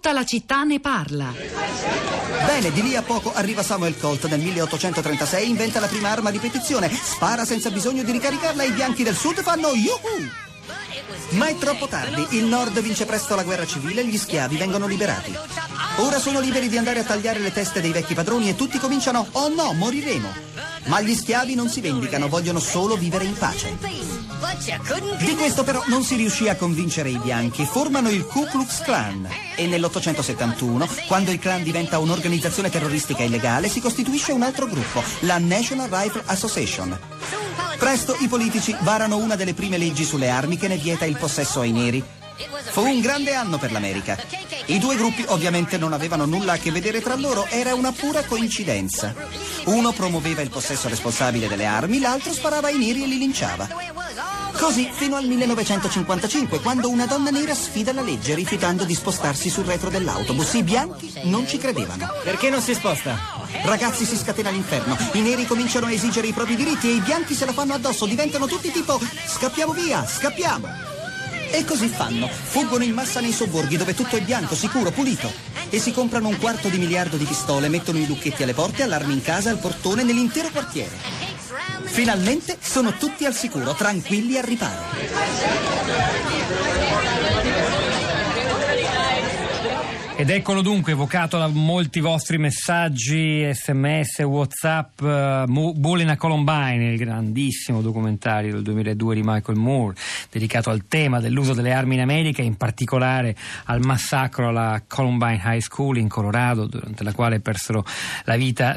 Tutta la città ne parla. Bene, di lì a poco arriva Samuel Colt. Nel 1836 inventa la prima arma di petizione. Spara senza bisogno di ricaricarla e i bianchi del sud fanno yuhu! Ma è troppo tardi. Il nord vince presto la guerra civile e gli schiavi vengono liberati. Ora sono liberi di andare a tagliare le teste dei vecchi padroni e tutti cominciano: oh no, moriremo. Ma gli schiavi non si vendicano, vogliono solo vivere in pace. Di questo però non si riuscì a convincere i bianchi. Formano il Ku Klux Klan e nell'871, quando il clan diventa un'organizzazione terroristica illegale, si costituisce un altro gruppo, la National Rifle Association. Presto i politici varano una delle prime leggi sulle armi che ne vieta il possesso ai neri. Fu un grande anno per l'America. I due gruppi ovviamente non avevano nulla a che vedere tra loro, era una pura coincidenza. Uno promuoveva il possesso responsabile delle armi, l'altro sparava ai neri e li linciava. Così fino al 1955, quando una donna nera sfida la legge rifiutando di spostarsi sul retro dell'autobus. I bianchi non ci credevano. Perché non si sposta? Ragazzi, si scatena l'inferno. I neri cominciano a esigere i propri diritti e i bianchi se la fanno addosso. Diventano tutti tipo: scappiamo via, scappiamo. E così fanno. Fuggono in massa nei sobborghi dove tutto è bianco, sicuro, pulito. E si comprano 250 milioni di pistole, mettono i lucchetti alle porte, allarmi in casa, al portone, nell'intero quartiere. Finalmente sono tutti al sicuro, tranquilli al riparo. Ed eccolo dunque, evocato da molti vostri messaggi, sms, whatsapp, Bowling a Columbine, il grandissimo documentario del 2002 di Michael Moore, dedicato al tema dell'uso delle armi in America, in particolare al massacro alla Columbine High School in Colorado, durante la quale persero la vita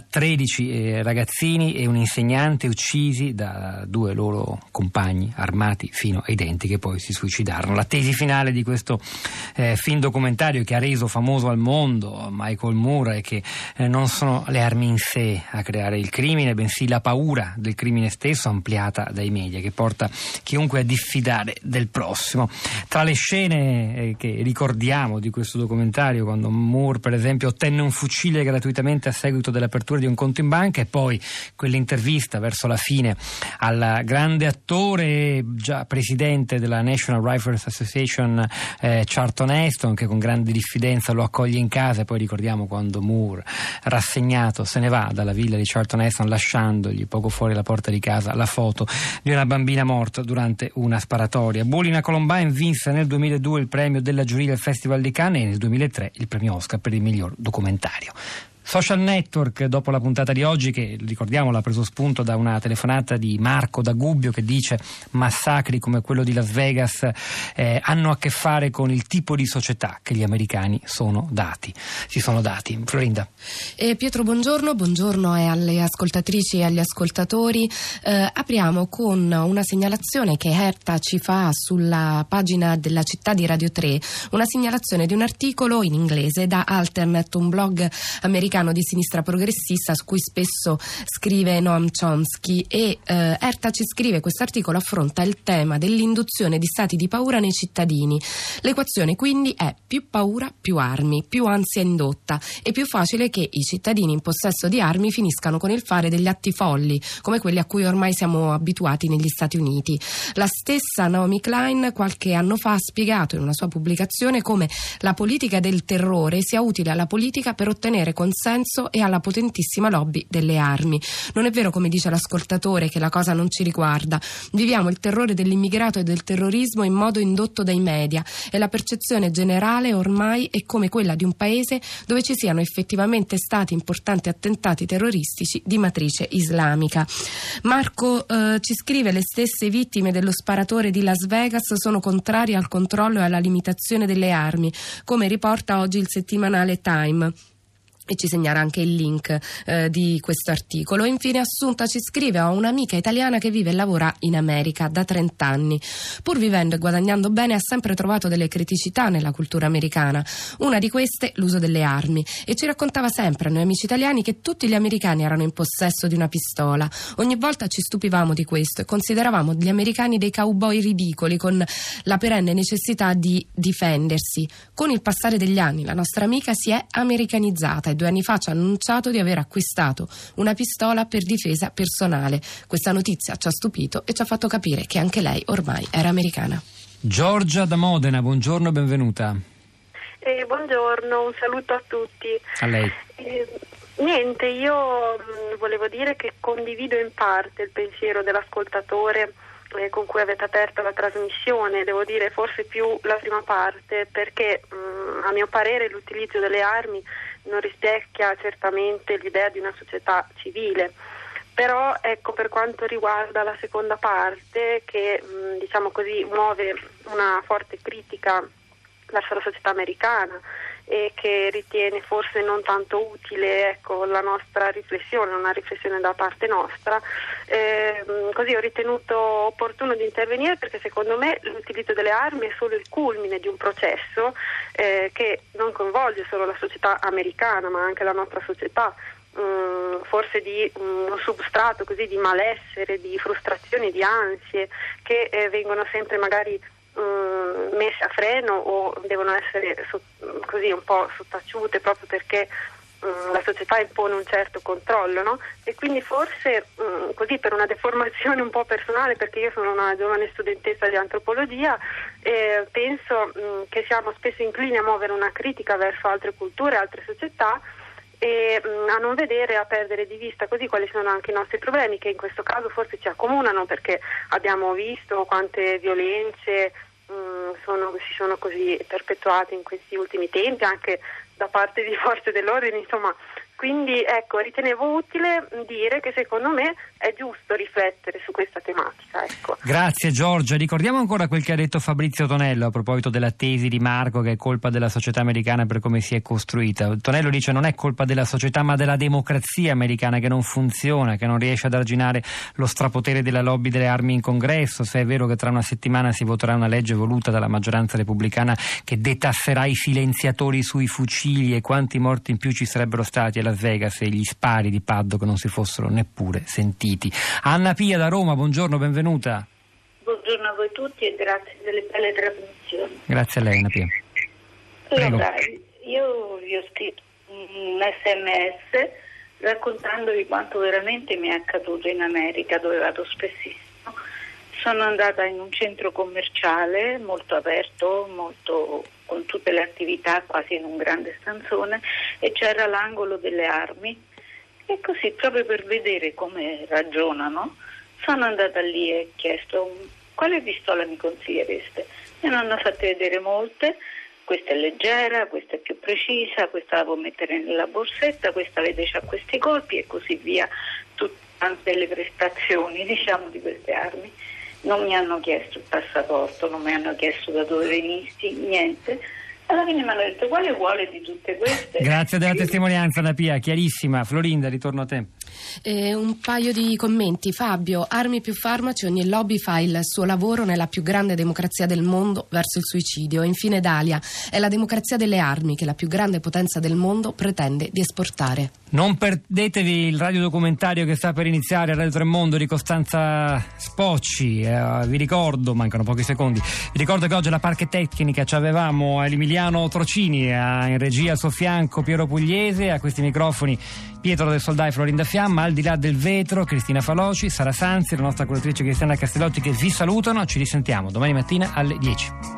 13 ragazzini e un insegnante uccisi da 2 loro compagni armati fino ai denti, che poi si suicidarono. La tesi finale di questo film documentario, che ha reso famoso al mondo Michael Moore, è che non sono le armi in sé a creare il crimine, bensì la paura del crimine stesso ampliata dai media, che porta chiunque a diffidare del prossimo. Tra le scene che ricordiamo di questo documentario, quando Moore per esempio ottenne un fucile gratuitamente a seguito dell'apertura di un conto in banca, e poi quell'intervista verso la fine al grande attore, già presidente della National Rifles Association, Charlton Heston, che con grande diffidenza lo accoglie in casa. E poi ricordiamo quando Moore, rassegnato, se ne va dalla villa di Charlton Heston, lasciandogli poco fuori la porta di casa la foto di una bambina morta durante una sparatoria. Bowling a Columbine vinse nel 2002 il premio della giuria del Festival di Cannes e nel 2003 il premio Oscar per il miglior documentario. Social Network, dopo la puntata di oggi, che ricordiamo l'ha preso spunto da una telefonata di Marco da Gubbio, che dice: massacri come quello di Las Vegas hanno a che fare con il tipo di società che gli americani si sono dati. Florinda. Pietro, buongiorno alle ascoltatrici e agli ascoltatori. Apriamo con una segnalazione che Herta ci fa sulla pagina della città di Radio 3, una segnalazione di un articolo in inglese da Alternate, un blog americano di sinistra progressista su cui spesso scrive Noam Chomsky, e Herta ci scrive: questo articolo affronta il tema dell'induzione di stati di paura nei cittadini. L'equazione quindi è più paura, più armi, più ansia indotta, e più facile che i cittadini in possesso di armi finiscano con il fare degli atti folli come quelli a cui ormai siamo abituati negli Stati Uniti. La stessa Naomi Klein qualche anno fa ha spiegato in una sua pubblicazione come la politica del terrore sia utile alla politica per ottenere consenso e alla potentissima lobby delle armi. Non è vero, come dice l'ascoltatore, che la cosa non ci riguarda. Viviamo il terrore dell'immigrato e del terrorismo in modo indotto dai media, e la percezione generale ormai è come quella di un paese dove ci siano effettivamente stati importanti attentati terroristici di matrice islamica. Marco ci scrive: le stesse vittime dello sparatore di Las Vegas sono contrarie al controllo e alla limitazione delle armi, come riporta oggi il settimanale Time. E ci segnala anche il link di questo articolo. Infine Assunta ci scrive: ho un'amica italiana che vive e lavora in America da 30 anni. Pur vivendo e guadagnando bene, ha sempre trovato delle criticità nella cultura americana. Una di queste, l'uso delle armi, e ci raccontava sempre a noi amici italiani che tutti gli americani erano in possesso di una pistola. Ogni volta ci stupivamo di questo e consideravamo gli americani dei cowboy ridicoli con la perenne necessità di difendersi. Con il passare degli anni la nostra amica si è americanizzata 2 anni fa ci ha annunciato di aver acquistato una pistola per difesa personale. Questa notizia ci ha stupito e ci ha fatto capire che anche lei ormai era americana. Giorgia da Modena, buongiorno e benvenuta. Buongiorno, un saluto a tutti. A lei. Niente, io volevo dire che condivido in parte il pensiero dell'ascoltatore con cui avete aperto la trasmissione, devo dire forse più la prima parte, perché a mio parere l'utilizzo delle armi non rispecchia certamente l'idea di una società civile. Però ecco, per quanto riguarda la seconda parte, che diciamo così muove una forte critica verso la società americana e che ritiene forse non tanto utile, ecco, la nostra riflessione, una riflessione da parte nostra, così ho ritenuto opportuno di intervenire, perché secondo me l'utilizzo delle armi è solo il culmine di un processo che non coinvolge solo la società americana ma anche la nostra società, forse di un substrato così di malessere, di frustrazioni, di ansie che vengono sempre magari messe a freno o devono essere così un po' sottaciute proprio perché la società impone un certo controllo, no? E quindi forse così, per una deformazione un po' personale, perché io sono una giovane studentessa di antropologia, penso che siamo spesso inclini a muovere una critica verso altre culture, altre società, e a non vedere, a perdere di vista così quali sono anche i nostri problemi, che in questo caso forse ci accomunano, perché abbiamo visto quante violenze si sono così perpetuate in questi ultimi tempi anche da parte di forze dell'ordine, insomma. Quindi ecco, ritenevo utile dire che secondo me è giusto riflettere su questa tematica. Ecco. Grazie Giorgia. Ricordiamo ancora quel che ha detto Fabrizio Tonello a proposito della tesi di Marco, che è colpa della società americana per come si è costruita. Tonello dice: non è colpa della società ma della democrazia americana che non funziona, che non riesce ad arginare lo strapotere della lobby delle armi in Congresso. Se è vero che tra una settimana si voterà una legge voluta dalla maggioranza repubblicana che detasserà i silenziatori sui fucili, e quanti morti in più ci sarebbero stati Las Vegas e gli spari di Paddock non si fossero neppure sentiti. Anna Pia da Roma, buongiorno, benvenuta. Buongiorno a voi tutti e grazie delle belle trasmissioni. Grazie a lei, Anna Pia. Allora, io vi ho scritto un SMS raccontandovi quanto veramente mi è accaduto in America, dove vado spessissimo. Sono andata in un centro commerciale molto aperto, molto con tutte le attività, quasi in un grande stanzone, e c'era l'angolo delle armi, e così, proprio per vedere come ragionano, sono andata lì e ho chiesto: quale pistola mi consigliereste? Me ne hanno fatte vedere molte. Questa è leggera, questa è più precisa, questa la può mettere nella borsetta, questa vede c'ha questi colpi, e così via, tutte le prestazioni, diciamo, di queste armi. Non mi hanno chiesto il passaporto, non mi hanno chiesto da dove venissi, niente. Alla fine mi hanno detto: quale vuole di tutte queste? Grazie della testimonianza, Anna Pia, chiarissima. Florinda, ritorno a te. Un paio di commenti. Fabio: armi più farmaci, ogni lobby fa il suo lavoro nella più grande democrazia del mondo verso il suicidio. E infine Dalia: è la democrazia delle armi che la più grande potenza del mondo pretende di esportare. Non perdetevi il radiodocumentario che sta per iniziare a Radio Tremondo di Costanza Spocci. Vi ricordo, mancano pochi secondi, vi ricordo che oggi alla parte tecnica ci avevamo Emiliano Trocini, in regia al suo fianco Piero Pugliese, a questi microfoni Pietro del Soldai e Florinda Fiamma, al di là del vetro Cristina Faloci, Sara Sanzi, la nostra curatrice Cristiana Castellotti, che vi salutano. Ci risentiamo domani mattina alle 10.